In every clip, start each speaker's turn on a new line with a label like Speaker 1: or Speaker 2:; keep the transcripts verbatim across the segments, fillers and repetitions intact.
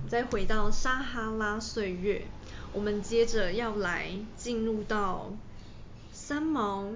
Speaker 1: 再回到撒哈拉岁月，我们接着要来进入到三毛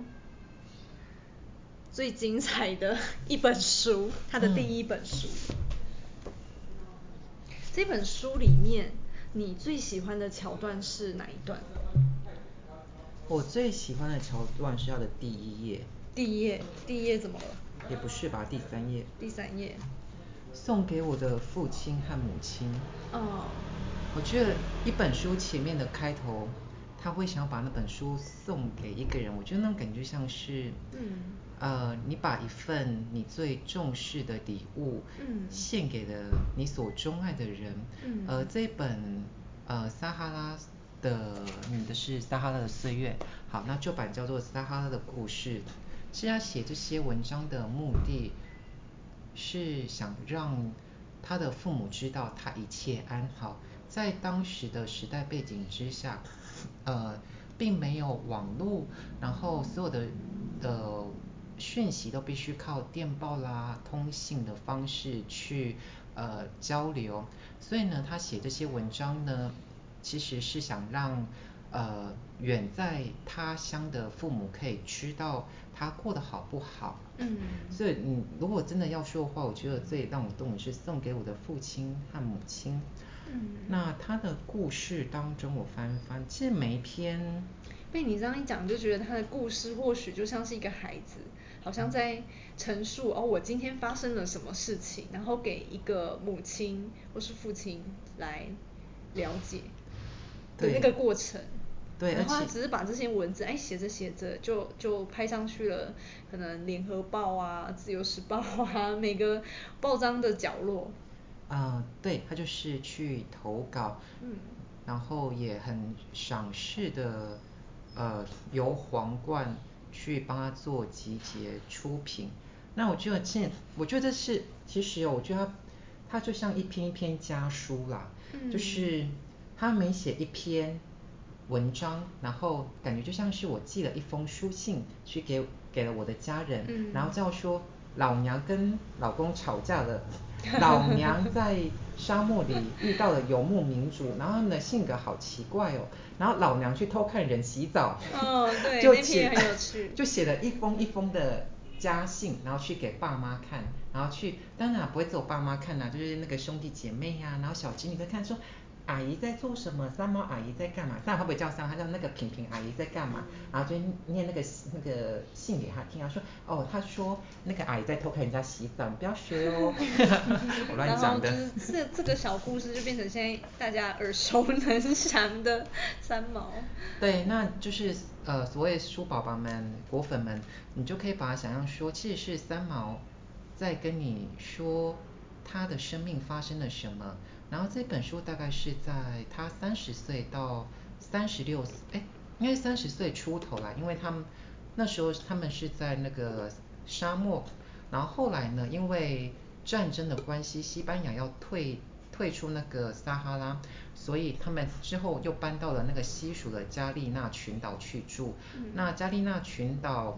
Speaker 1: 最精彩的一本书，他的第一本书。嗯、这本书里面，你最喜欢的桥段是哪一段？
Speaker 2: 我最喜欢的桥段是他的第一页。
Speaker 1: 第一页，第一页怎么了？
Speaker 2: 也不是吧，第三页。
Speaker 1: 第三页。
Speaker 2: 送给我的父亲和母亲。
Speaker 1: 哦。
Speaker 2: 我觉得一本书前面的开头，他会想要把那本书送给一个人，我觉得那种感觉像是，
Speaker 1: 嗯，
Speaker 2: 呃，你把一份你最重视的礼物，
Speaker 1: 嗯，
Speaker 2: 献给了你所钟爱的人。
Speaker 1: 嗯，
Speaker 2: 呃，这一本呃撒哈拉的，你的是撒哈拉的岁月，好，那旧版叫做撒哈拉的故事。是他写这些文章的目的，是想让他的父母知道他一切安好。在当时的时代背景之下，呃，并没有网络，然后所有的的讯息都必须靠电报啦、通信的方式去呃交流。所以呢，他写这些文章呢，其实是想让呃远在他乡的父母可以知道他过得好不好。
Speaker 1: 嗯，
Speaker 2: 所以你如果真的要说的话，我觉得最让我动的是送给我的父亲和母亲。
Speaker 1: 嗯，
Speaker 2: 那他的故事当中，我翻翻，其实每一篇
Speaker 1: 被你这样一讲，就觉得他的故事或许就像是一个孩子，好像在陈述哦，我今天发生了什么事情，然后给一个母亲或是父亲来了解的那个过程。
Speaker 2: 对，
Speaker 1: 然后他
Speaker 2: 而且
Speaker 1: 只是把这些文字哎写着写着就就拍上去了，可能联合报啊、自由时报啊，每个报章的角落。
Speaker 2: 呃，对，他就是去投稿，
Speaker 1: 嗯，
Speaker 2: 然后也很赏识的，呃，由皇冠去帮他做集结出品。那我觉得这，我觉得这是其实哦，我觉得他他就像一篇一篇家书啦，
Speaker 1: 嗯，
Speaker 2: 就是他每写一篇文章，然后感觉就像是我寄了一封书信去给给了我的家人，
Speaker 1: 嗯，
Speaker 2: 然后这样说老娘跟老公吵架了。老娘在沙漠里遇到了游牧民族，然后他们的性格好奇怪哦。然后老娘去偷看人洗澡，
Speaker 1: 哦，对，
Speaker 2: 就
Speaker 1: 那篇很有趣，
Speaker 2: 就写了一封一封的家信，然后去给爸妈看，然后去当然不会只有爸妈看啦、啊，就是那个兄弟姐妹呀、啊，然后小侄女在看说。阿姨在做什么？三毛阿姨在干嘛？但会不会叫三毛？他叫那个平平阿姨在干嘛？然后就念那个那个信给他听啊，说哦，他说那个阿姨在偷看人家洗澡，你不要学哦。我乱讲的。
Speaker 1: 然后就是这这个小故事就变成现在大家耳熟能详的三毛。
Speaker 2: 对，那就是呃，所谓书宝宝们、果粉们，你就可以把它想象说，其实是三毛在跟你说他的生命发生了什么。然后这本书大概是在他三十岁到三十六，哎，应该三十岁出头啦，因为他们那时候他们是在那个沙漠，然后后来呢，因为战争的关系，西班牙要退退出那个撒哈拉，所以他们之后又搬到了那个西属的加利纳群岛去住。嗯、那加利纳群岛，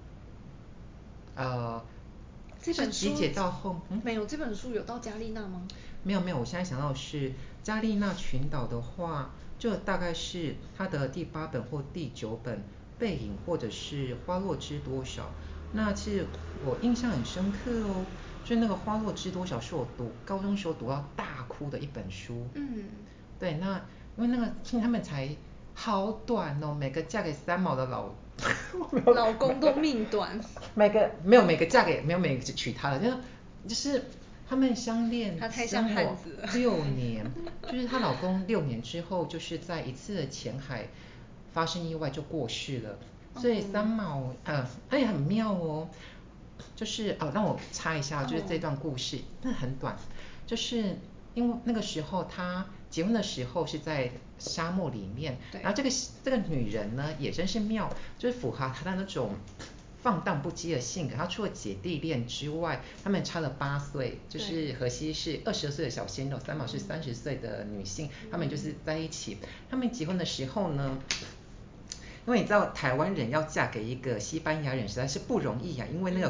Speaker 2: 呃。
Speaker 1: 这本书
Speaker 2: 集结到后、嗯、
Speaker 1: 没有，这本书有到加利纳吗？
Speaker 2: 没有没有，我现在想到的是加利纳群岛的话，就大概是它的第八本或第九本背影，或者是花落知多少。那其实我印象很深刻哦，就那个花落知多少是我读高中时候读到大哭的一本书。
Speaker 1: 嗯，
Speaker 2: 对，那因为那个听他们才好短哦，每个嫁给三毛的老
Speaker 1: 老公都命短，
Speaker 2: 每个没有每个嫁给没有每个娶她的，就是就是他们相恋
Speaker 1: 她太像汉子了
Speaker 2: 六年，就是她老公六年之后就是在一次的潜海发生意外就过世了，所以三毛呃他也很妙哦，就是哦让我插一下，就是这段故事，但很短，就是因为那个时候他结婚的时候是在沙漠里面，然后这个这个女人呢也真是妙，就是符合她的那种放荡不羁的性格。她除了姐弟恋之外，他们差了八岁，就是荷西是二十岁的小鲜肉，三毛是三十岁的女性，他们就是在一起。他们结婚的时候呢，因为你知道台湾人要嫁给一个西班牙人实在是不容易啊，因为那个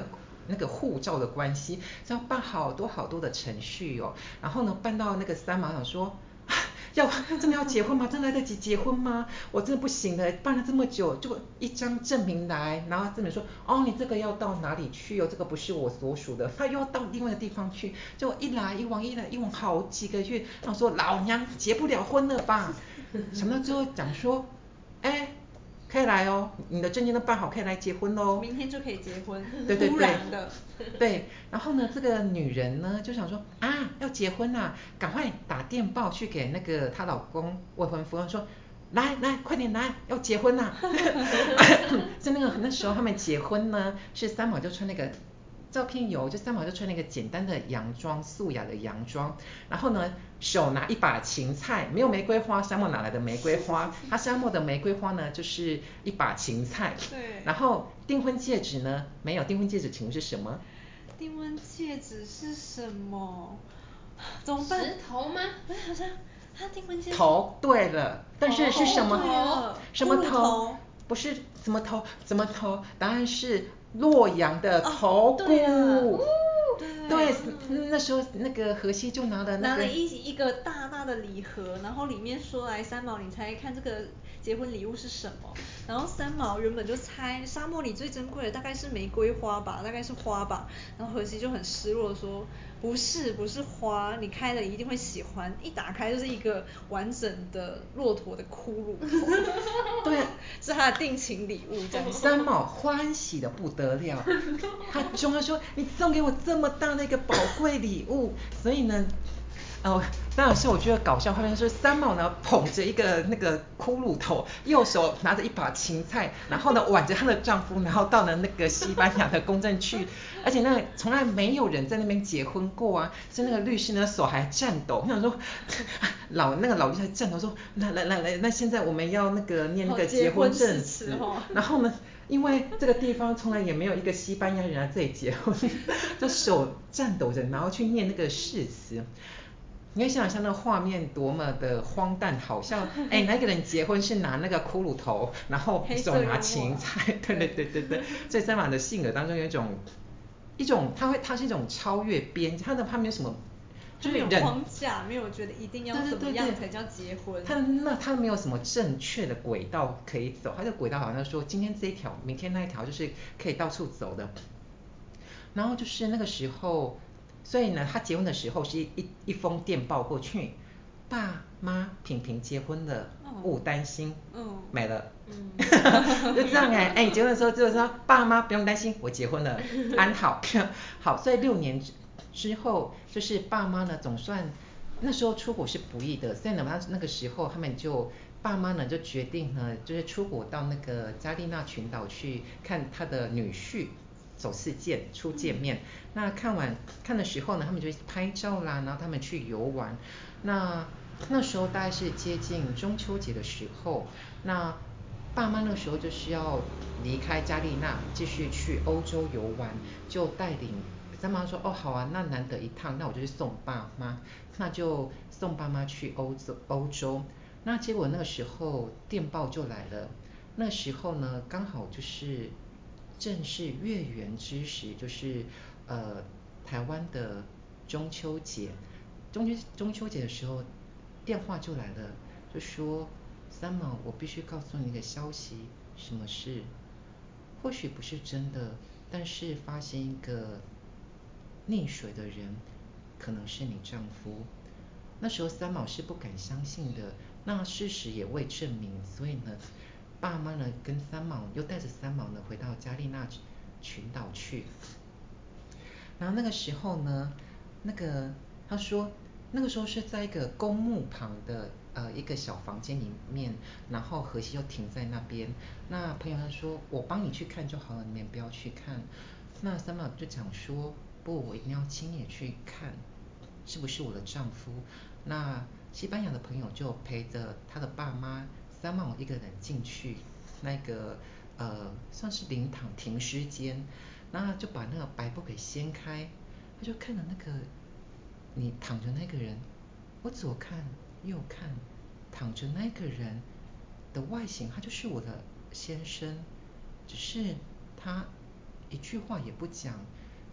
Speaker 2: 那个护照的关系，要办好多好多的程序哦。然后呢，办到那个三毛想说。要真的要结婚吗？真的来得及结婚吗？我真的不行的，办了这么久，就一张证明来，然后证明说，哦，你这个要到哪里去哦？这个不是我所属的，他又要到另外的地方去，就一来一往，一来一往，好几个月。他说老娘结不了婚了吧？想到最后讲说，哎。可以来哦，你的证件都办好，可以来结婚喽。
Speaker 1: 明天就可以结婚，
Speaker 2: 对对对，
Speaker 1: 突然的。
Speaker 2: 对，然后呢，这个女人呢就想说啊，要结婚啦，赶快打电报去给那个她老公未婚夫说，来来，快点来，要结婚啦。在那个那时候他们结婚呢，是三毛就穿那个。照片有，就三毛就穿那个简单的洋装，素雅的洋装，然后呢，手拿一把芹菜，没有玫瑰花，三毛哪来的玫瑰花？他三毛的玫瑰花呢，就是一把芹菜。
Speaker 1: 对。
Speaker 2: 然后订婚戒指呢，没有，订婚戒指请问是什么？
Speaker 1: 订婚戒指是什么？怎么办？
Speaker 3: 石头吗？
Speaker 1: 不是，好像他订婚戒指。
Speaker 2: 头，对了，但是是什么？
Speaker 1: 头
Speaker 2: 什么
Speaker 1: 骷髅头？
Speaker 2: 不是什么头，什么头？答案是洛阳的头骨。
Speaker 1: 哦对了
Speaker 2: 对，那时候那个荷西就拿了那个
Speaker 1: 拿了一一个大大的礼盒，然后里面说来三毛，你猜看这个结婚礼物是什么？然后三毛原本就猜沙漠里最珍贵的大概是玫瑰花吧，大概是花吧。然后荷西就很失落说，不是不是花，你开了一定会喜欢。一打开就是一个完整的骆驼的骷髅头。
Speaker 2: 对，
Speaker 1: 是他的定情礼物这样。
Speaker 2: 三毛欢喜的不得了，他终于说你送给我这么大的一个宝贵礼物，所以呢。哦，当然是我觉得搞笑画面是三毛呢捧着一个那个骷髅头，右手拿着一把芹菜，然后呢挽着她的丈夫，然后到了那个西班牙的公证去，而且那从来没有人在那边结婚过啊，所以那个律师呢手还颤抖，我想说老那个老律师还颤抖说，来来来来，那现在我们要那个念那个结婚证词，
Speaker 1: 哦、
Speaker 2: 然后呢，因为这个地方从来也没有一个西班牙人来这里结婚，就手颤抖着，然后去念那个誓词。你可以想想那个画面多么的荒诞，好像哎那个人结婚是拿那个骷髅头，然后手拿芹菜，对对对对对。所以三毛的性格当中有一种一种，他会他是一种超越边，他的他没有什么，
Speaker 1: 就是有框架，没有觉得一定要怎么样才叫结婚。
Speaker 2: 他那他没有什么正确的轨道可以走，他的轨道好像说今天这一条，明天那一条，就是可以到处走的。然后就是那个时候。所以呢，他结婚的时候是一一一封电报过去，爸妈平平结婚了，勿、哦、担心，
Speaker 1: 嗯，
Speaker 2: 没了，嗯，就这样哎、欸、哎，结婚的时候就是说爸妈不用担心，我结婚了，安好，好，所以六年之后，就是爸妈呢总算那时候出国是不易的，所以呢，那个时候他们就爸妈呢就决定呢，就是出国到那个加利纳群岛去看他的女婿。首次见初见面，那看完看的时候呢，他们就拍照啦，然后他们去游玩。那那时候大概是接近中秋节的时候，那爸妈那时候就是要离开加利纳，继续去欧洲游玩，就带领三毛说：“哦，好啊，那难得一趟，那我就去送爸妈，那就送爸妈去欧洲欧洲。”那结果那个时候电报就来了，那时候呢刚好就是。正是月圆之时，就是呃台湾的中秋节，中秋中秋节的时候，电话就来了，就说三毛，我必须告诉你一个消息，什么事？或许不是真的，但是发现一个溺水的人，可能是你丈夫。那时候三毛是不敢相信的，那事实也未证明，所以呢。爸妈呢跟三毛又带着三毛呢回到加利纳群岛去，然后那个时候呢，那个他说那个时候是在一个公墓旁的呃一个小房间里面，然后荷西就停在那边。那朋友他说我帮你去看就好了，你们不要去看。那三毛就讲说不，我一定要亲眼去看，是不是我的丈夫？那西班牙的朋友就陪着他的爸妈。三毛一个人进去那个呃算是灵堂停尸间，然后就把那个白布给掀开，他就看了那个你躺着那个人，我左看右看，躺着那个人的外形，他就是我的先生，只是他一句话也不讲，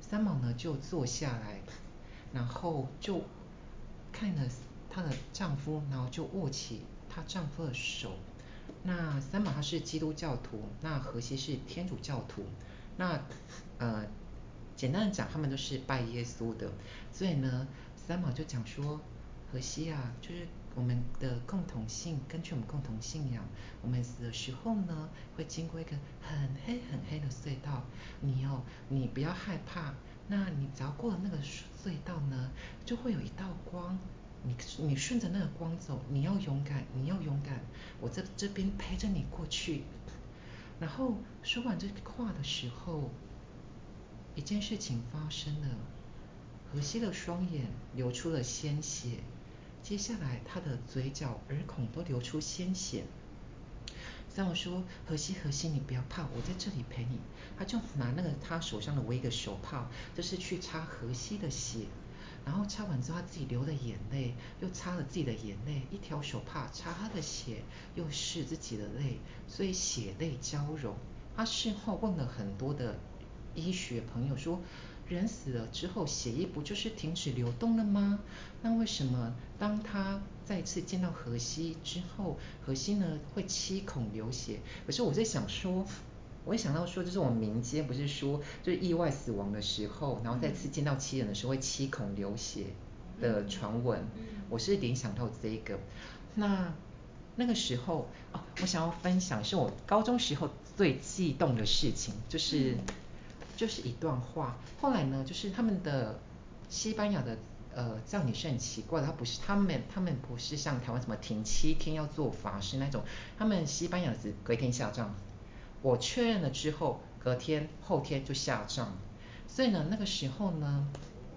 Speaker 2: 三毛呢就坐下来，然后就看了她的丈夫，然后就握起她丈夫的手。那三毛她是基督教徒，那荷西是天主教徒。那呃，简单的讲，他们都是拜耶稣的。所以呢，三毛就讲说，荷西啊，就是我们的共同性，根据我们共同信仰，我们死的时候呢，会经过一个很黑很黑的隧道。你哦，你不要害怕，那你只要过了那个隧道呢，就会有一道光。你你顺着那个光走，你要勇敢，你要勇敢，我在这边陪着你过去。然后说完这话的时候，一件事情发生了，荷西的双眼流出了鲜血，接下来他的嘴角、耳孔都流出鲜血。三毛说：“荷西，荷西，你不要怕，我在这里陪你。”他就拿那个他手上的唯一的手帕，就是去擦荷西的血。然后擦完之后，他自己流了眼泪，又擦了自己的眼泪，一条手帕擦他的血，又拭自己的泪，所以血泪交融。他事后问了很多的医学朋友说，人死了之后，血液不就是停止流动了吗？那为什么当他再次见到荷西之后，荷西呢会七孔流血？可是我在想说，我会想到说，就是我们民间不是说，就是意外死亡的时候，然后再次见到亲人的时候会七孔流血的传闻。
Speaker 1: 嗯嗯、
Speaker 2: 我是联想到这个。那那个时候哦，我想要分享是我高中时候最悸动的事情，就是、嗯、就是一段话。后来呢，就是他们的西班牙的呃葬礼是很奇怪的，他不是他们他们不是像台湾什么停七天要做法事那种，他们西班牙是隔一天下葬。我确认了之后，隔天后天就下葬。所以呢，那个时候呢，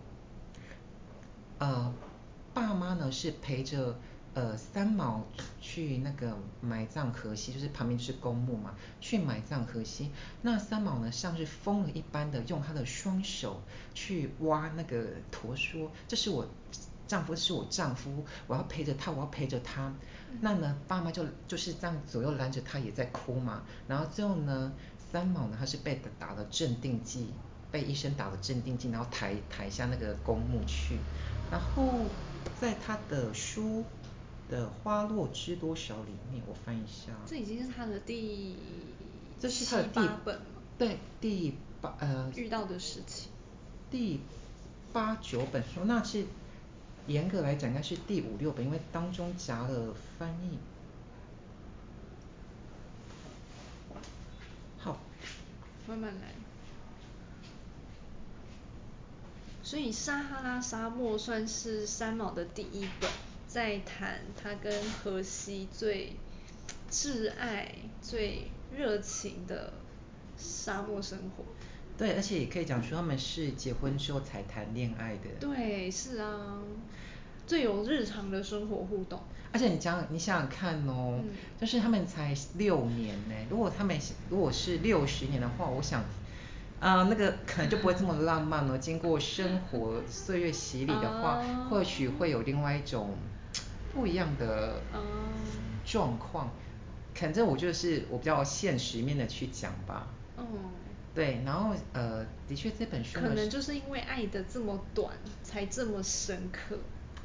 Speaker 2: 呃，爸妈呢是陪着呃三毛去那个埋葬荷西，就是旁边就是公墓嘛，去埋葬荷西。那三毛呢像是疯了一般的用他的双手去挖那个陀，说这是我丈夫，是我丈夫，我要陪着他，我要陪着他。那呢，爸妈就就是这样左右拦着他，也在哭嘛。然后最后呢，三毛呢他是被打了镇定剂，被医生打了镇定剂，然后抬抬下那个公墓去。然后在他的书的《花落知多少》里面，我翻一下，
Speaker 1: 这已经是他的第
Speaker 2: 这是他的第
Speaker 1: 七八本了。
Speaker 2: 对，第八呃
Speaker 1: 遇到的事情，
Speaker 2: 第八九本书，那是严格来讲应该是第五六本，因为当中夹了翻译。好，
Speaker 1: 慢慢来。所以撒哈拉沙漠算是三毛的第一本，在谈他跟荷西最挚爱、最热情的沙漠生活。
Speaker 2: 对，而且也可以讲说他们是结婚之后才谈恋爱的。
Speaker 1: 对，是啊，最有日常的生活互动。
Speaker 2: 而且你讲，你想想看哦，嗯、就是他们才六年呢。如果他们如果是六十年的话，我想，啊、呃，那个可能就不会这么浪漫了。经过生活岁月洗礼的话，啊、或许会有另外一种不一样的状况。反正我就是我比较现实面的去讲吧。
Speaker 1: 嗯。
Speaker 2: 对，然后呃，的确这本书
Speaker 1: 可能就是因为爱的这么短，才这么深刻。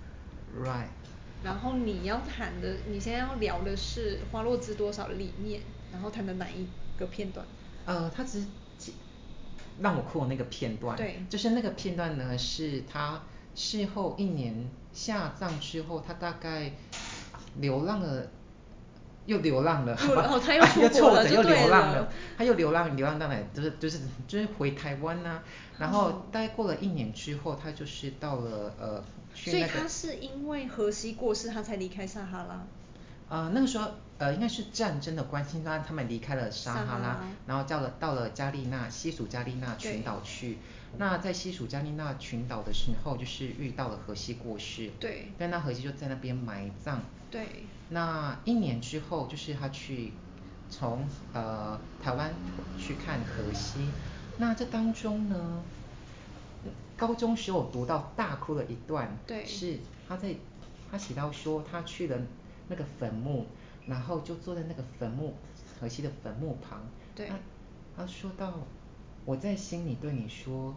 Speaker 2: Right。
Speaker 1: 然后你要谈的，你现在要聊的是《花落知多少》里面，然后谈的哪一个片段？
Speaker 2: 呃，他只是让我哭的那个片段，
Speaker 1: 对，
Speaker 2: 就是那个片段呢，是他事后一年下葬之后，他大概流浪了。又流浪了，好吧？
Speaker 1: 哦，他又出国了，
Speaker 2: 又流浪
Speaker 1: 了。
Speaker 2: 他又流浪，流浪到哪？就是就是就是回台湾呐、啊。然后大概过了一年之后，他就是到了呃，去那个。
Speaker 1: 所以他是因为荷西过世，他才离开撒哈拉。
Speaker 2: 呃，那个时候呃，应该是战争的关系，让他们离开了撒哈拉，然后到了到了加利纳西属加利纳群岛去。那在西属加利纳群岛的时候，就是遇到了荷西过世。
Speaker 1: 对。
Speaker 2: 但那荷西就在那边埋葬。
Speaker 1: 对。
Speaker 2: 那一年之后，就是他去从呃台湾去看荷西。那这当中呢，高中时候读到大哭的一段，
Speaker 1: 对，
Speaker 2: 是他在他写到说他去了那个坟墓，然后就坐在那个坟墓荷西的坟墓旁。
Speaker 1: 对。
Speaker 2: 他他说到，我在心里对你说，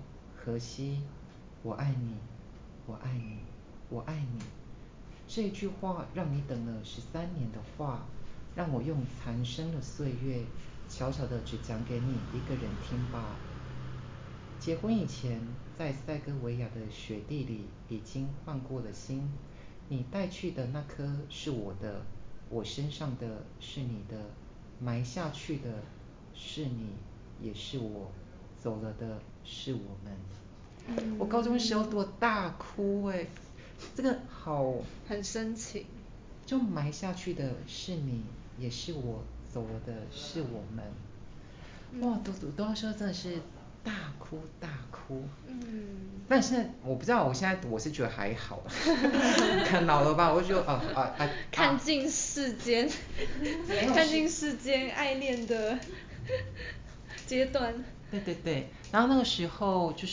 Speaker 2: 荷西，我爱你，我爱你，我爱你。这句话让你等了十三年的话，让我用残生的岁月，悄悄的只讲给你一个人听吧。结婚以前，在塞戈维亚的雪地里已经换过了心。你带去的那颗是我的，我身上的是你的，埋下去的是你，也是我，走了的是我们。嗯、我高中时候读大哭哎、欸，这个好
Speaker 1: 很深情。
Speaker 2: 就埋下去的是你，也是我，走了的是我们。哇，读读到时候真的是大哭大哭。嗯。但是我不知道，我现在我是觉得还好，看老了吧，我就觉得啊啊啊。
Speaker 1: 看尽世间，看尽世间爱恋的阶段。
Speaker 2: 对对对，然后那个时候就是。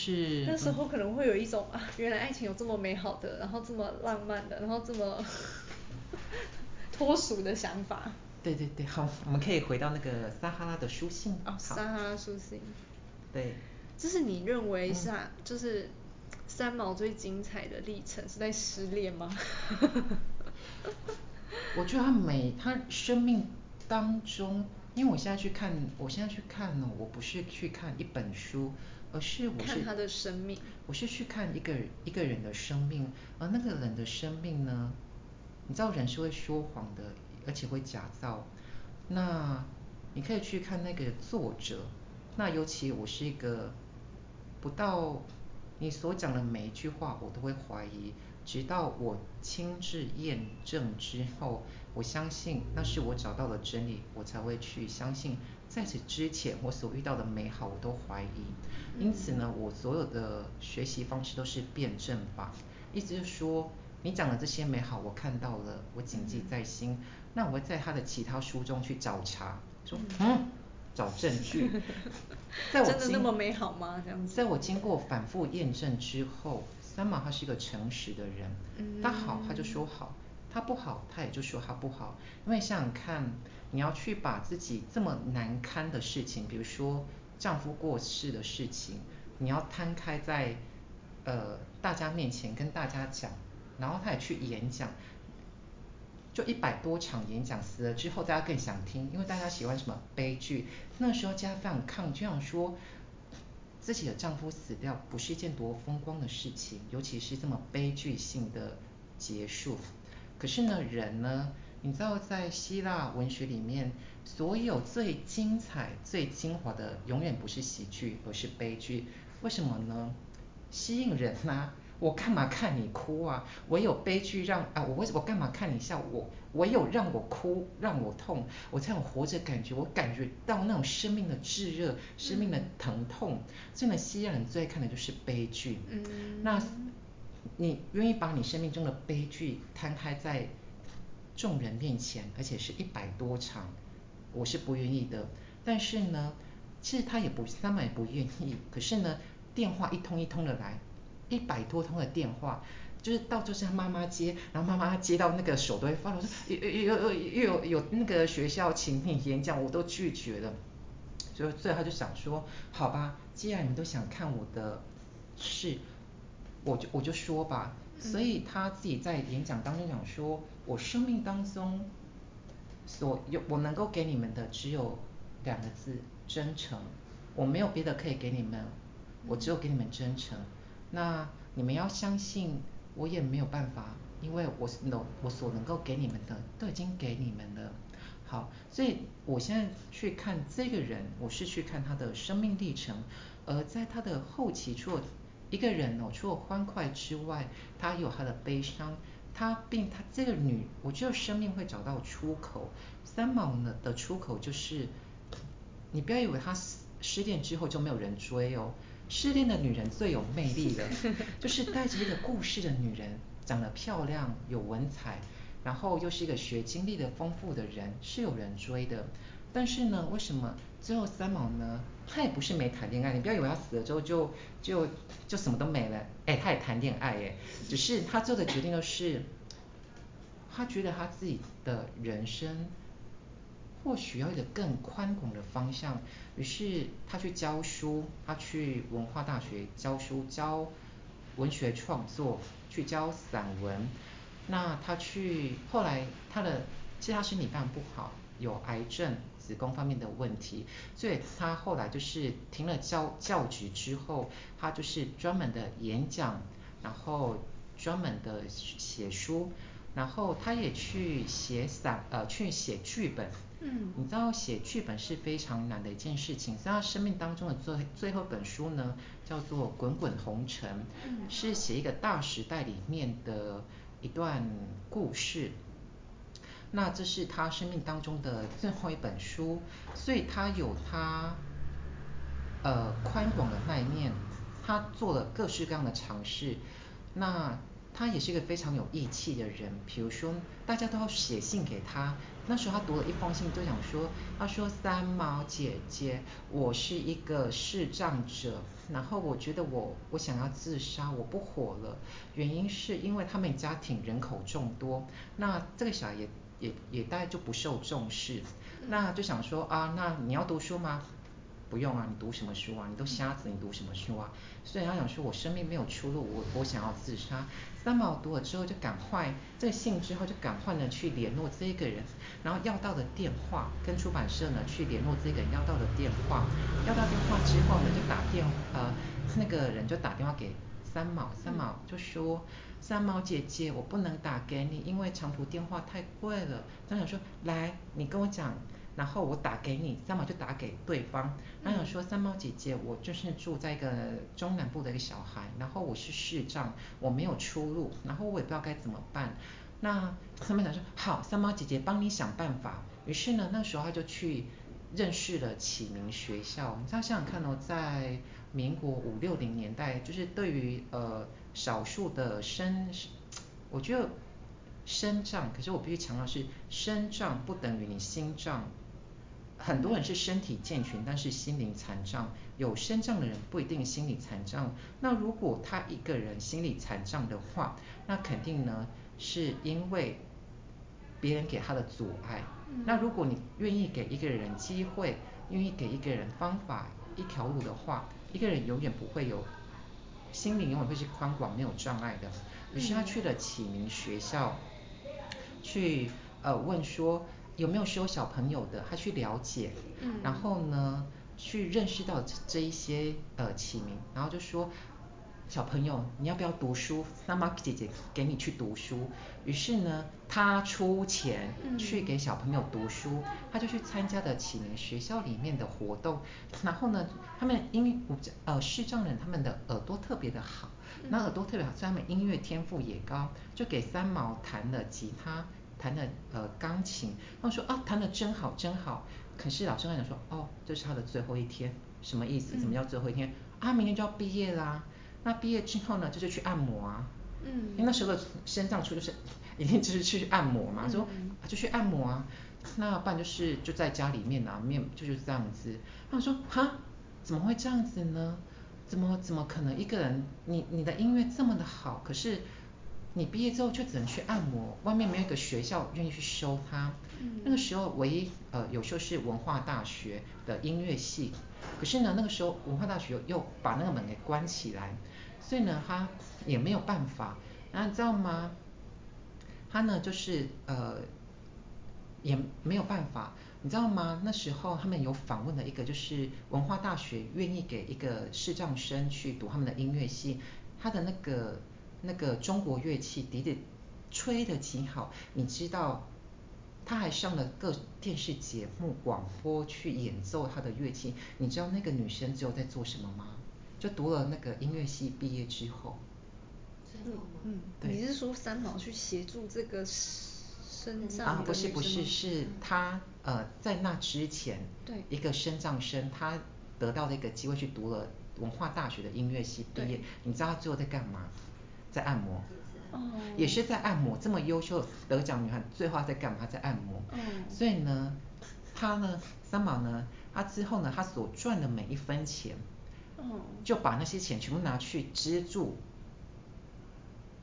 Speaker 1: 那时候可能会有一种、嗯、啊，原来爱情有这么美好的，然后这么浪漫的，然后这么脱俗的想法。
Speaker 2: 对对对，好，我们可以回到那个撒哈拉的书信。
Speaker 1: 哦，撒哈拉书信。
Speaker 2: 对。
Speaker 1: 这是你认为是、嗯、就是三毛最精彩的历程是在失恋吗？
Speaker 2: 我觉得他每他生命当中，因为我现在去看，我现在去看呢，我不是去看一本书，而是我是
Speaker 1: 看他的生命，
Speaker 2: 我是去看一个一个人的生命，而那个人的生命呢，你知道人是会说谎的，而且会假造。那你可以去看那个作者，那尤其我是一个不到你所讲的每一句话我都会怀疑，直到我亲自验证之后，我相信那是我找到了真理，我才会去相信。在此之前我所遇到的美好我都怀疑，因此呢，我所有的学习方式都是辩证法，意思就是说你讲的这些美好我看到了，我谨记在心，那我会在他的其他书中去找茬，说嗯找证据。在我
Speaker 1: 真的那么美好吗？这样子。
Speaker 2: 在我经过反复验证之后，三毛他是一个诚实的人，嗯、他好他就说好，他不好他也就说他不好。因为想想看，你要去把自己这么难堪的事情，比如说丈夫过世的事情，你要摊开在呃大家面前跟大家讲，然后他也去演讲。就一百多场演讲，死了之后大家更想听，因为大家喜欢什么悲剧。那时候家非常抗拒，想说自己的丈夫死掉不是一件多风光的事情，尤其是这么悲剧性的结束。可是呢，人呢，你知道在希腊文学里面，所有最精彩、最精华的，永远不是喜剧，而是悲剧。为什么呢？吸引人啊！我干嘛看你哭啊？唯有悲剧让啊，我我干嘛看你笑？我唯有让我哭，让我痛，我才有活着感觉。我感觉到那种生命的炙热，生命的疼痛。所以呢，西洋人最爱看的就是悲剧。嗯，那你愿意把你生命中的悲剧摊开在众人面前，而且是一百多场，我是不愿意的。但是呢，其实他也不，三毛也不愿意。可是呢，电话一通一通的来。一百多通的电话，就是到就是他妈妈接，然后妈妈接到那个手都会发抖，说有有有有有有那个学校请你演讲，我都拒绝了。所以最后他就想说，好吧，既然你们都想看我的事，我就我就说吧。所以他自己在演讲当中讲说，我生命当中所有我能够给你们的只有两个字：真诚。我没有别的可以给你们，我只有给你们真诚。那你们要相信，我也没有办法，因为我能我所能够给你们的都已经给你们了。好，所以我现在去看这个人，我是去看他的生命历程，而在他的后期，除了一个人哦，除了欢快之外，他有他的悲伤。他并他这个女，我觉得生命会找到出口。三毛呢的出口就是，你不要以为他失恋之后就没有人追哦。失恋的女人最有魅力了，就是带着一个故事的女人，长得漂亮有文采，然后又是一个学经历的丰富的人，是有人追的。但是呢，为什么最后三毛呢？他也不是没谈恋爱，你不要以为他死了之后就就就什么都没了。哎，他也谈恋爱哎，只是他做的决定就是，他觉得他自己的人生或许要一个更宽广的方向。于是他去教书，他去文化大学教书，教文学创作，去教散文。那他去后来他的其实他身体非常不好，有癌症、子宫方面的问题，所以他后来就是停了教教职之后，他就是专门的演讲，然后专门的写书，然后他也去写散呃去写剧本。
Speaker 1: 嗯，
Speaker 2: 你知道写剧本是非常难的一件事情，在他生命当中的最最后一本书呢，叫做《滚滚红尘》，
Speaker 1: 嗯，
Speaker 2: 是写一个大时代里面的一段故事。那这是他生命当中的最后一本书，所以他有他呃宽广的那一面，他做了各式各样的尝试。那他也是一个非常有义气的人，比如说大家都要写信给他，那时候他读了一封信就想说，他说三毛姐姐，我是一个视障者，然后我觉得我我想要自杀，我不活了，原因是因为他们家庭人口众多，那这个小孩也也也大概就不受重视，那就想说啊，那你要读书吗？不用啊，你读什么书啊？你都瞎子，你读什么书啊？所以他想说，我生命没有出路，我我想要自杀。三毛读了之后就赶快这个信之后就赶快呢去联络这个人，然后要到的电话跟出版社呢去联络这个人要到的电话，要到电话之后呢就打电呃那个人就打电话给三毛，三毛就说。三毛姐姐，我不能打给你，因为长途电话太贵了。他想说，来，你跟我讲，然后我打给你。三毛就打给对方，他想说，三毛姐姐，我就是住在一个中南部的一个小孩，然后我是视障，我没有出路，然后我也不知道该怎么办。那三毛想说，好，三毛姐姐帮你想办法。于是呢，那时候他就去认识了启明学校。你知道想想看哦，在民国五六零年代，就是对于呃少数的身，我觉得身障，可是我必须强调是身障不等于你心障。很多人是身体健全，但是心灵残障。有身障的人不一定心理残障。那如果他一个人心理残障的话，那肯定呢是因为别人给他的阻碍。那如果你愿意给一个人机会，愿意给一个人方法，一条路的话，一个人永远不会有心灵永远会是宽广没有障碍的。于是他去了启明学校，去呃问说有没有收小朋友的，他去了解，然后呢去认识到这一些呃启明，然后就说小朋友你要不要读书？那么姐姐给你去读书。于是呢，他出钱去给小朋友读书，他就去参加了启明学校里面的活动。然后呢，他们因呃视障人他们的耳朵特别的好，那耳朵特别好，所以他们音乐天赋也高，就给三毛弹了吉他，弹了呃钢琴。他说啊，弹得真好真好。可是老师跟他讲说，哦，这是他的最后一天。什么意思？什么叫最后一天？啊，明天就要毕业啦。那毕业之后呢，就是去按摩啊。嗯，因为那时候的身障处就是一定就是去按摩嘛，说就去按摩啊。那不然就是就在家里面啊，面就是这样子。他说哈，怎么会这样子呢？怎么怎么可能一个人你你的音乐这么的好，可是你毕业之后就只能去按摩，外面没有一个学校愿意去收他。嗯，那个时候唯一呃有时候是文化大学的音乐系，可是呢那个时候文化大学又把那个门给关起来，所以呢他也没有办法。然后你知道吗？他呢就是呃也没有办法，你知道吗？那时候他们有访问了一个就是文化大学愿意给一个视障生去读他们的音乐系，他的那个那个中国乐器笛子吹得极好，你知道他还上了各电视节目广播去演奏他的乐器。你知道那个女生之后在做什么吗？就读了那个音乐系毕业之后，
Speaker 1: 嗯嗯，你是说三毛去协助这个身障
Speaker 2: 啊，
Speaker 1: 的
Speaker 2: 不是不是，
Speaker 1: 女生吗？
Speaker 2: 是他呃在那之前，
Speaker 1: 对
Speaker 2: 一个身障生，他得到了一个机会去读了文化大学的音乐系毕业。你知道他最后在干嘛？在按摩。
Speaker 1: 哦，
Speaker 2: 也是在按摩。这么优秀得奖女孩，最后她在干嘛？她在按摩。
Speaker 1: 哦，
Speaker 2: 所以呢，他呢，三毛呢，他之后呢，他所赚的每一分钱，
Speaker 1: 哦，
Speaker 2: 就把那些钱全部拿去资助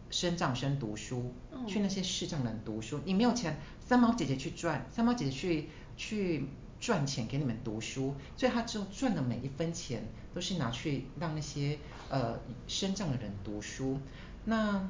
Speaker 2: 身障生读书，
Speaker 1: 嗯
Speaker 2: 去那些视障人读书。你没有钱，三毛姐姐去赚，三毛姐姐去去赚钱给你们读书，所以她之后赚的每一分钱都是拿去让那些呃身障的人读书。那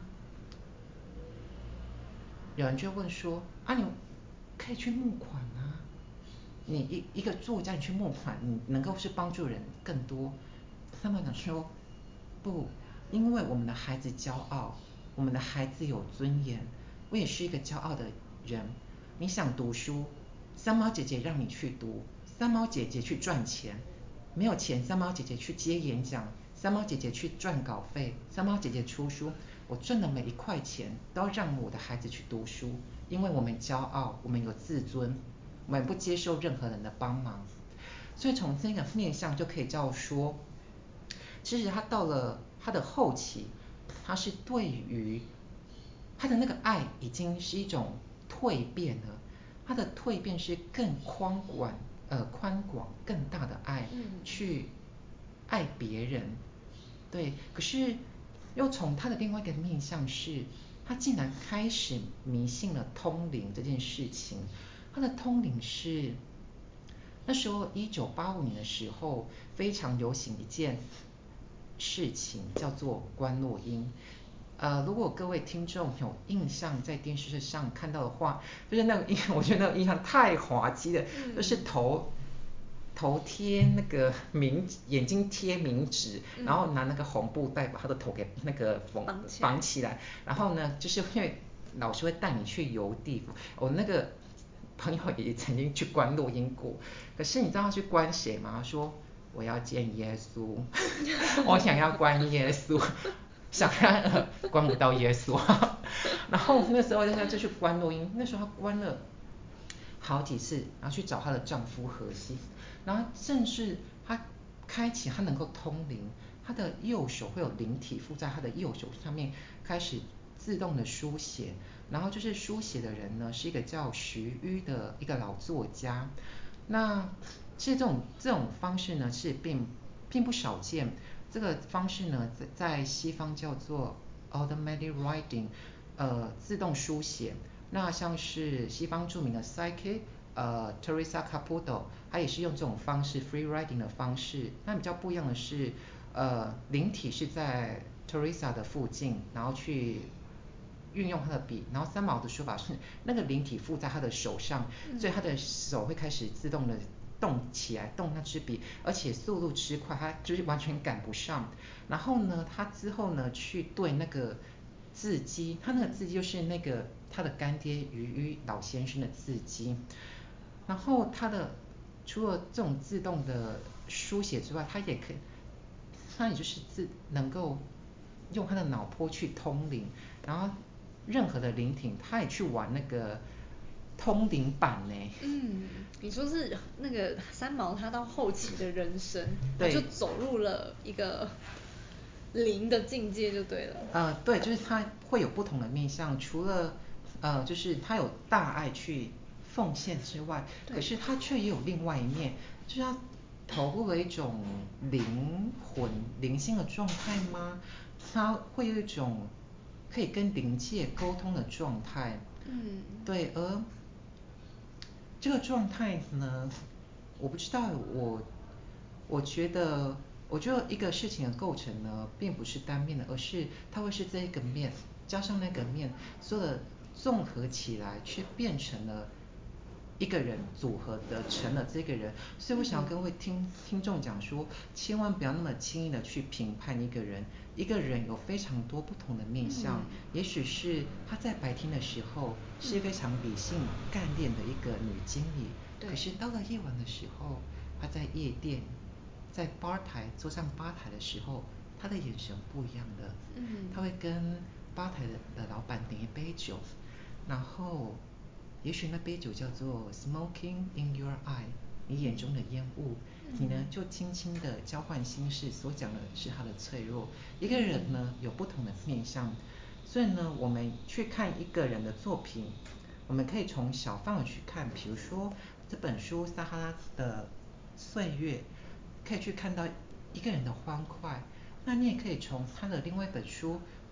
Speaker 2: 有人就问说啊，你可以去募款啊，你一一个作家你去募款，你能够是帮助人更多。三毛讲说不，因为我们的孩子骄傲，我们的孩子有尊严，我也是一个骄傲的人。你想读书，三毛姐姐让你去读，三毛姐姐去赚钱，没有钱，三毛姐姐去接演讲，三毛姐姐去赚稿费，三毛姐姐出书，我赚的每一块钱都要让我的孩子去读书，因为我们骄傲，我们有自尊，我们不接受任何人的帮忙。所以从这个面向就可以叫说，其实他到了他的后期，他是对于他的那个爱已经是一种蜕变了，他的蜕变是更宽广呃宽广更大的爱，
Speaker 1: 嗯
Speaker 2: 去爱别人。对，可是又从他的另外一个面向是，他竟然开始迷信了通灵这件事情。他的通灵是那时候一九八五年的时候非常流行一件事情，叫做观落阴。呃，如果各位听众有印象，在电视上看到的话，就是那个印，我觉得那个印象太滑稽了，
Speaker 1: 嗯
Speaker 2: 就是头头贴那个冥眼睛贴冥纸，
Speaker 1: 嗯
Speaker 2: 然后拿那个红布袋把他的头给那个缝
Speaker 1: 绑起来
Speaker 2: 绑起来，然后呢，就是因为老师会带你去游地府，我那个朋友也曾经去观落阴过，可是你知道他去观谁吗？他说我要见耶稣，我想要观耶稣，想让呃观不到耶稣，然后那时候他就去观落阴，那时候他观了好几次，然后去找她的丈夫荷西，然后甚至她开启她能够通灵，她的右手会有灵体附在她的右手上面，开始自动的书写，然后就是书写的人呢是一个叫徐煜的一个老作家。那其实这种这种方式呢是并并不少见，这个方式呢在在西方叫做 automatic writing， 呃自动书写。那像是西方著名的 Psyche， 呃 Teresa Caputo， 她也是用这种方式 free writing 的方式。那比较不一样的是，呃灵体是在 Teresa 的附近，然后去运用他的笔，然后三毛的说法是那个灵体附在他的手上，所以他的手会开始自动的动起来，动那支笔，而且速度之快，他就是完全赶不上。然后呢，他之后呢去对那个字迹，他那个字迹就是那个他的干爹余煜老先生的字迹。然后他的除了这种自动的书写之外，他也可以，他也就是自能够用他的脑波去通灵，然后任何的灵体，他也去玩那个通灵版呢。
Speaker 1: 嗯，你说是那个三毛他到后期的人生，他
Speaker 2: 对
Speaker 1: 就走入了一个灵的境界就对了。
Speaker 2: 呃，对，就是他会有不同的面向，除了呃，就是他有大爱去奉献之外，可是他却也有另外一面，就是他投入了一种灵魂、灵性的状态吗？他会有一种可以跟灵界沟通的状态。
Speaker 1: 嗯，
Speaker 2: 对，而这个状态呢，我不知道，我我觉得，我觉得一个事情的构成呢，并不是单面的，而是它会是这一个面加上那个面，所有的综合起来，却变成了一个人组合的成了这个人。所以我想要跟各位听听众讲说，千万不要那么轻易的去评判一个人，一个人有非常多不同的面向，
Speaker 1: 嗯
Speaker 2: 也许是她在白天的时候是非常理性干练的一个女经理，
Speaker 1: 对
Speaker 2: 可是到了夜晚的时候，她在夜店，在吧台坐上吧台的时候，她的眼神不一样的。
Speaker 1: 嗯
Speaker 2: 她会跟吧台的的老板点一杯酒，然后也许那杯酒叫做 smoking in your eye， 你眼中的烟雾，你呢就轻轻的交换心事，所讲的是他的脆弱。一个人呢有不同的面向，所以呢我们去看一个人的作品，我们可以从小范围去看，比如说这本书撒哈拉的岁月，可以去看到一个人的欢快。那你也可以从他的另外一本书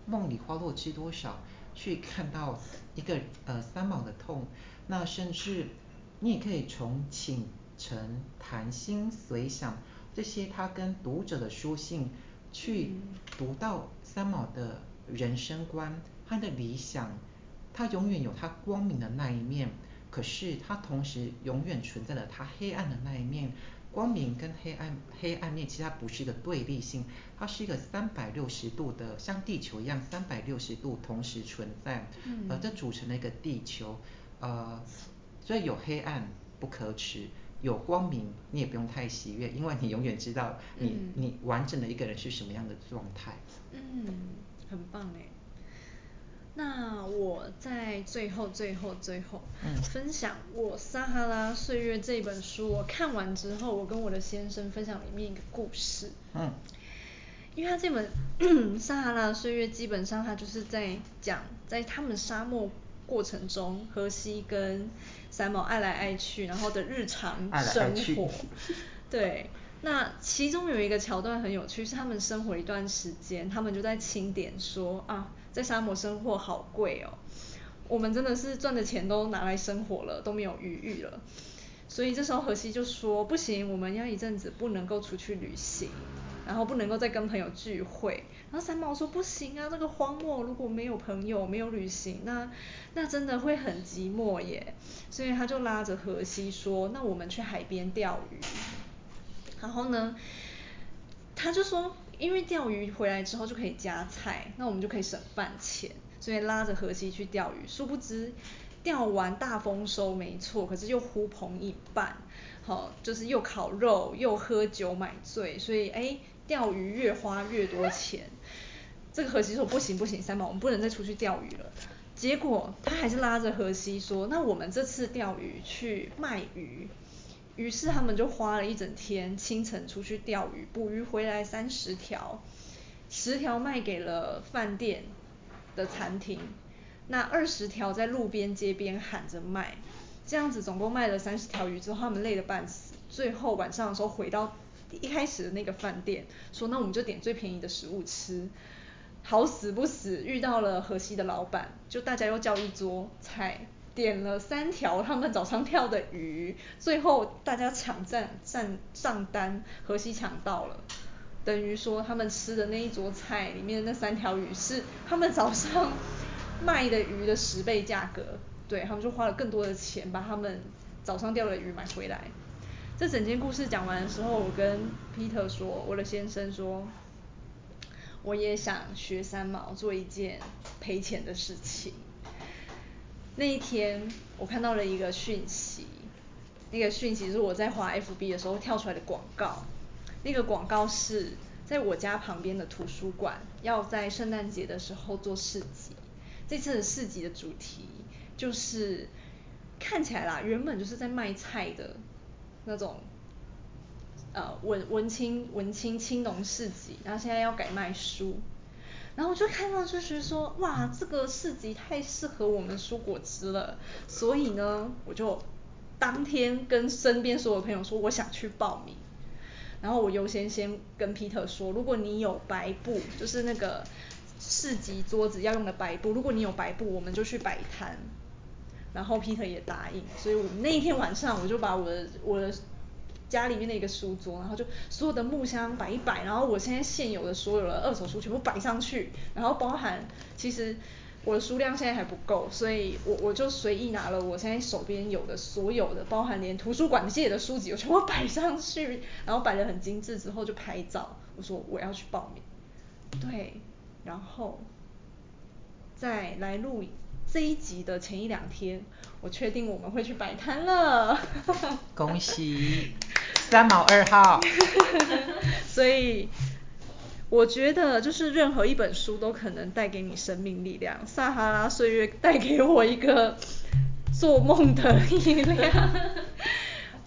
Speaker 2: 梦里花落知多少，去看到一个呃三毛的痛。那甚至你也可以从寝城谈心随想这些他跟读者的书信，去读到三毛的人生观，他的理想，他永远有他光明的那一面，可是他同时永远存在了他黑暗的那一面。光明跟黑暗黑暗面其实它不是一个对立性，它是一个三百六十度的，像地球一样三百六十度同时存在，
Speaker 1: 嗯，
Speaker 2: 呃，这组成了一个地球，呃，所以有黑暗不可耻，有光明你也不用太喜悦，因为你永远知道你、嗯、你完整的一个人是什么样的状态。
Speaker 1: 嗯，很棒哎。那我在最后最后最后、嗯、分享我《撒哈拉岁月》这本书，我看完之后，我跟我的先生分享里面一个故事。嗯，因为他这本《撒哈拉岁月》基本上他就是在讲，在他们沙漠过程中，荷西跟三毛爱来爱去，然后的日常生活。爱来爱去对。那其中有一个桥段很有趣，是他们生活一段时间，他们就在清点说啊，在沙漠生活好贵哦，我们真的是赚的钱都拿来生活了，都没有余裕了。所以这时候荷西就说不行，我们要一阵子不能够出去旅行，然后不能够再跟朋友聚会。然后三毛说不行啊，这个荒漠如果没有朋友没有旅行，那那真的会很寂寞耶。所以他就拉着荷西说，那我们去海边钓鱼。然后呢，他就说因为钓鱼回来之后就可以加菜，那我们就可以省饭钱，所以拉着荷西去钓鱼。殊不知钓完大丰收没错，可是又呼朋引伴，好，就是又烤肉又喝酒买醉，所以哎，钓鱼越花越多钱。这个荷西说不行不行，三毛我们不能再出去钓鱼了。结果他还是拉着荷西说，那我们这次钓鱼去卖鱼。于是他们就花了一整天，清晨出去钓鱼，捕鱼回来三十条，十条卖给了饭店的餐厅，那二十条在路边街边喊着卖，这样子总共卖了三十条鱼之后，他们累得半死。最后晚上的时候回到一开始的那个饭店，说那我们就点最便宜的食物吃。好死不死遇到了荷西的老板，就大家又叫一桌菜。点了三条他们早上钓的鱼，最后大家抢占占上单，荷西抢到了，等于说他们吃的那一桌菜里面的那三条鱼是他们早上卖的鱼的十倍价格，对，他们就花了更多的钱把他们早上钓的鱼买回来。这整件故事讲完的时候，我跟 Peter 说，我的先生说，我也想学三毛做一件赔钱的事情。那一天我看到了一个讯息，那个讯息是我在滑 F B 的时候跳出来的广告。那个广告是在我家旁边的图书馆要在圣诞节的时候做市集。这次的市集的主题就是看起来啦，原本就是在卖菜的那种呃文文青文青青农市集，然后现在要改卖书。然后我就看到就觉得说，哇，这个市集太适合我们蔬果汁了，所以呢，我就当天跟身边所有朋友说，我想去报名。然后我优先先跟 Peter 说，如果你有白布，就是那个市集桌子要用的白布，如果你有白布，我们就去摆摊。然后 Peter 也答应，所以我们那一天晚上我就把我的我的家里面的一个书桌，然后就所有的木箱摆一摆，然后我现在现有的所有的二手书全部摆上去，然后包含其实我的书量现在还不够，所以我我就随意拿了我现在手边有的所有的，包含连图书馆借的书籍我全部摆上去，然后摆得很精致之后就拍照，我说我要去报名。对，然后再来录这一集的前一两天，我确定我们会去摆摊了。
Speaker 2: 恭喜三毛二号。
Speaker 1: 所以我觉得就是任何一本书都可能带给你生命力量，撒哈拉岁月带给我一个做梦的力量。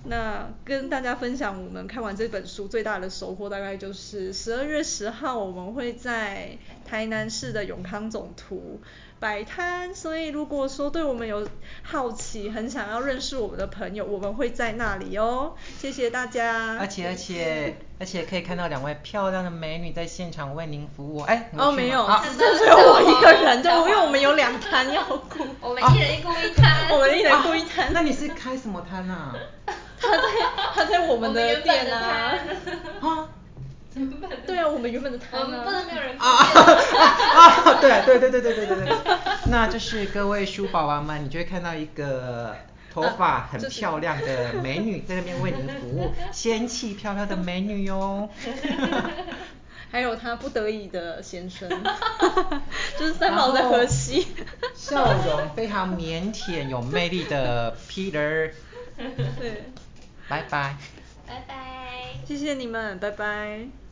Speaker 1: 那跟大家分享我们看完这本书最大的收获，大概就是十二月十号我们会在台南市的永康总图摆摊，所以如果说对我们有好奇，很想要认识我们的朋友，我们会在那里哦。谢谢大家。
Speaker 2: 而且而且而且可以看到两位漂亮的美女在现场为您服务。哎，
Speaker 1: 哦没有，
Speaker 2: 啊、
Speaker 1: 这只有我一个人，就因为我们有两摊要顾。
Speaker 3: 我们一人一顾一摊。
Speaker 1: 我们一人顾一摊、啊。
Speaker 2: 那你是开什么摊啊？
Speaker 1: 他在他在我们的店啊。
Speaker 2: 啊。
Speaker 1: 对啊，我们原本的摊啊。
Speaker 3: 我们不能没有人
Speaker 2: 啊啊！对对对对对对对对。那就是各位书宝宝们，你就会看到一个头发很漂亮的美女在那边为您服务，仙气飘飘的美女哟。
Speaker 1: 还有他不得已的先生，就是三毛的荷西。
Speaker 2: 笑容非常腼腆有魅力的 Peter。
Speaker 1: 对。
Speaker 2: 拜拜。
Speaker 3: 拜拜。
Speaker 1: 谢谢你们，拜拜。